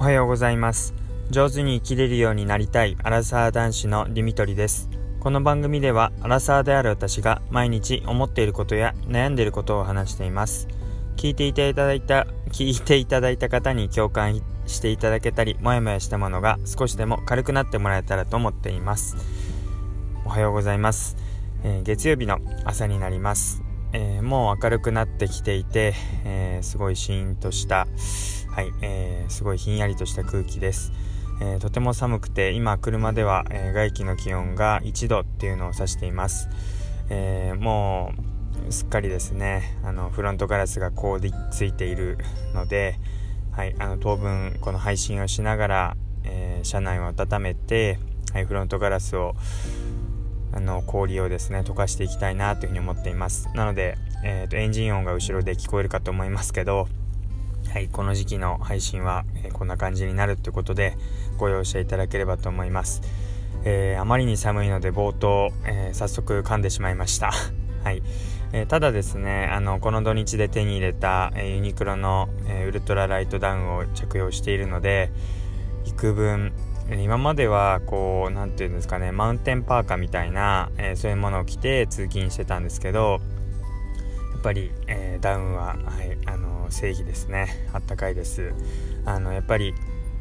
おはようございます。上手に生きれるようになりたいアラサー男子のディミトリです。この番組ではアラサーである私が毎日思っていることや悩んでいることを話しています。聞いていただいた方に共感していただけたり、もやもやしたものが少しでも軽くなってもらえたらと思っています。おはようございます。月曜日の朝になります。もう明るくなってきていて、すごいシーンとした、すごいひんやりとした空気です。とても寒くて、今車では、外気の気温が1度っていうのを指しています。もうすっかりですね、フロントガラスが凍りついているので、当分この配信をしながら、車内を温めて、フロントガラスを氷をですね溶かしていきたいなというふうに思っています。なので、エンジン音が後ろで聞こえるかと思いますけど、この時期の配信は、こんな感じになるということでご容赦いただければと思います。あまりに寒いので冒頭、早速噛んでしまいましたただですね、この土日で手に入れた、ユニクロの、ウルトラライトダウンを着用しているので、幾分今まではこうなんていうんですかね、マウンテンパーカーみたいな、そういうものを着て通勤してたんですけど、やっぱり、ダウンは、正義ですね。あったかいです。やっぱり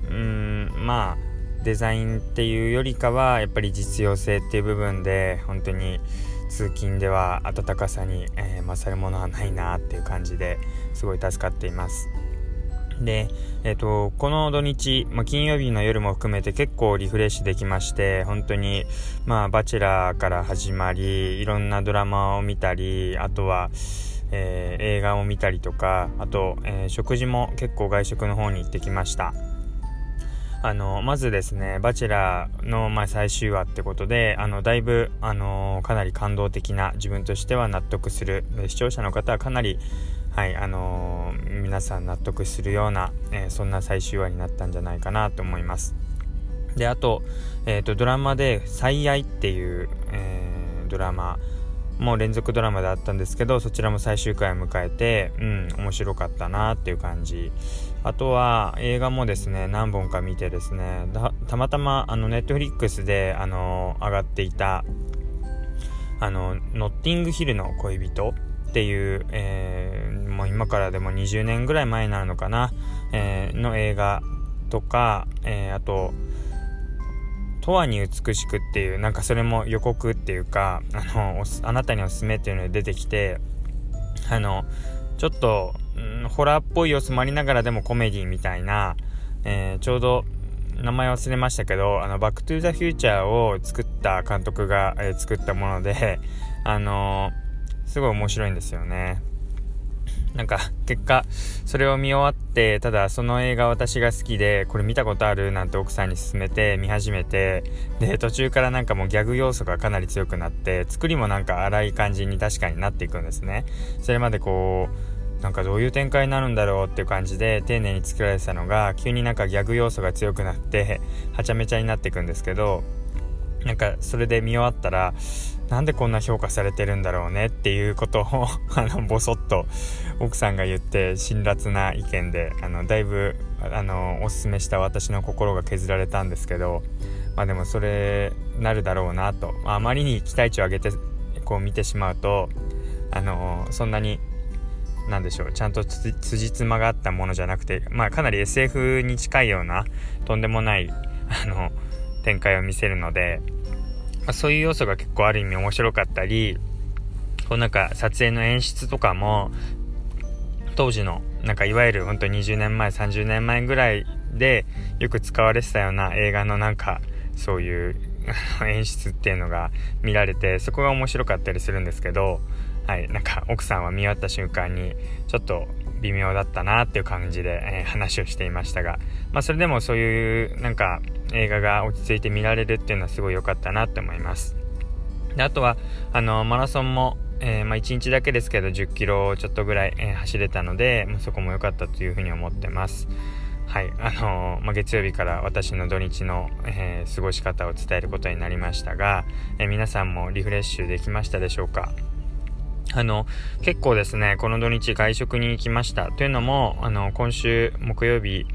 デザインっていうよりかはやっぱり実用性っていう部分で、本当に通勤では暖かさに、勝るものはないなっていう感じですごい助かっています。で、この土日、金曜日の夜も含めて結構リフレッシュできまして、本当にバチェラーから始まり、いろんなドラマを見たり、あとは、映画を見たりとか、あと、食事も結構外食の方に行ってきました。まずですね、バチェラーの、最終話ってことで、だいぶ、かなり感動的な、自分としては納得する、視聴者の方はかなり皆さん納得するような、そんな最終話になったんじゃないかなと思います。で、あと、ドラマで最愛っていう、ドラマもう連続ドラマであったんですけど、そちらも最終回を迎えて、面白かったなっていう感じ。あとは映画もですね、何本か見てですね、たまたまネットフリックスで上がっていたノッティングヒルの恋人っていう、もう今からでも20年ぐらい前になるのかな、の映画とか、あと永遠に美しくっていう、なんかそれも予告っていうか、あなたにおすすめっていうので出てきて、ちょっと、ホラーっぽい様子もありながらでもコメディみたいな、ちょうど名前忘れましたけど、バックトゥーザフューチャーを作った監督が、作ったもので、すごい面白いんですよね。なんか結果それを見終わって、ただその映画私が好きで、これ見たことあるなんて奥さんに勧めて見始めて、で途中からなんかもうギャグ要素がかなり強くなって、作りもなんか荒い感じに確かになっていくんですね。それまでこうなんかどういう展開になるんだろうっていう感じで丁寧に作られてたのが、急になんかギャグ要素が強くなってはちゃめちゃになっていくんですけど、なんかそれで見終わったら、なんでこんな評価されてるんだろうねっていうことをボソッと奥さんが言って、辛辣な意見でだいぶおすすめした私の心が削られたんですけど、でもそれなるだろうなと、あまりに期待値を上げてこう見てしまうと、そんなになんでしょう、ちゃんと辻褄があったものじゃなくて、かなり SF に近いようなとんでもない展開を見せるので、そういう要素が結構ある意味面白かったり、こうなんか撮影の演出とかも当時のなんかいわゆる本当に20年前30年前ぐらいでよく使われてたような映画のなんかそういう演出っていうのが見られて、そこが面白かったりするんですけど、なんか奥さんは見終わった瞬間にちょっと微妙だったなっていう感じで、話をしていましたが、それでもそういうなんか映画が落ち着いて見られるっていうのはすごい良かったなって思います。で、あとはマラソンも、1日だけですけど10キロちょっとぐらい、走れたので、そこも良かったというふうに思ってます。月曜日から私の土日の、過ごし方を伝えることになりましたが、皆さんもリフレッシュできましたでしょうか。結構ですね、この土日外食に行きました。というのも今週木曜日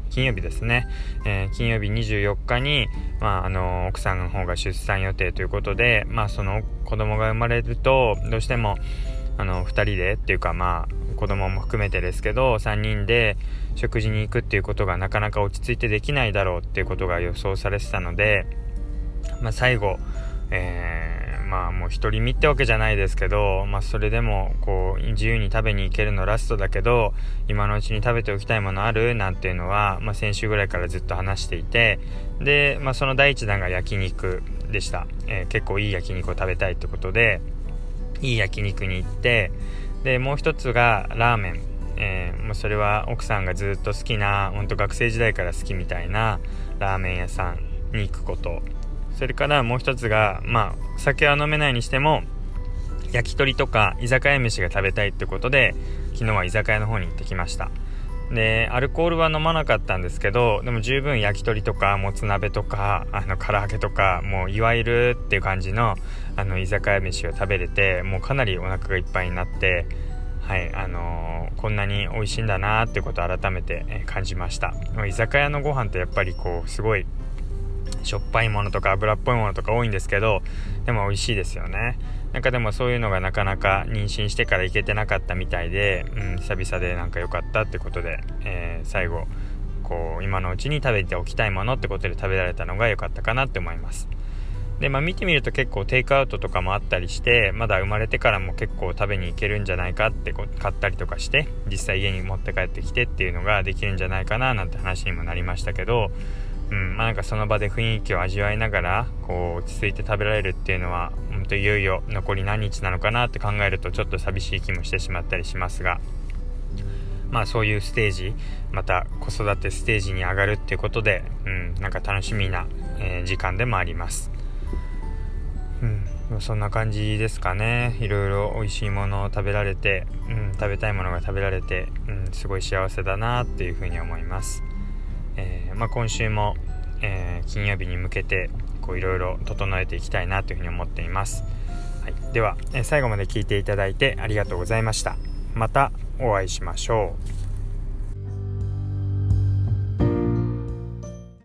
金曜日ですね、金曜日24日に、奥さんの方が出産予定ということで、その子供が生まれるとどうしても2人でっていうか子供も含めてですけど3人で食事に行くっていうことがなかなか落ち着いてできないだろうっていうことが予想されてたので、最後、もう独り身ってわけじゃないですけど、それでもこう自由に食べに行けるのラストだけど今のうちに食べておきたいものあるなんていうのは、先週ぐらいからずっと話していて、で、その第一弾が焼肉でした。結構いい焼肉を食べたいってことでいい焼肉に行って、でもう一つがラーメン、もうそれは奥さんがずっと好きな、本当学生時代から好きみたいなラーメン屋さんに行くこと、それからもう一つが酒は飲めないにしても焼き鳥とか居酒屋飯が食べたいってことで昨日は居酒屋の方に行ってきました。でアルコールは飲まなかったんですけど、でも十分焼き鳥とかもつ鍋とか唐揚げとか、もういわゆるっていう感じの居酒屋飯を食べれて、もうかなりお腹がいっぱいになって、こんなに美味しいんだなっていうことを改めて感じました。居酒屋のご飯ってやっぱりこうすごいしょっぱいものとか油っぽいものとか多いんですけど、でも美味しいですよね。でもそういうのがなかなか妊娠してから行けてなかったみたいで、久々で良かったってことで、最後こう今のうちに食べておきたいものってことで食べられたのが良かったかなって思います。で、見てみると結構テイクアウトとかもあったりして、まだ生まれてからも結構食べに行けるんじゃないかって買ったりとかして実際家に持って帰ってきてっていうのができるんじゃないかななんて話にもなりましたけど、その場で雰囲気を味わいながらこう落ち着いて食べられるっていうのは本当いよいよ残り何日なのかなって考えるとちょっと寂しい気もしてしまったりしますが、そういうステージ、また子育てステージに上がるっていうことで、楽しみな、時間でもあります。そんな感じですかね。いろいろ美味しいものを食べられて、食べたいものが食べられて、すごい幸せだなっていうふうに思います。今週も、金曜日に向けていろいろ整えていきたいなというふうに思っています。では、最後まで聞いていただいてありがとうございました。またお会いしましょう。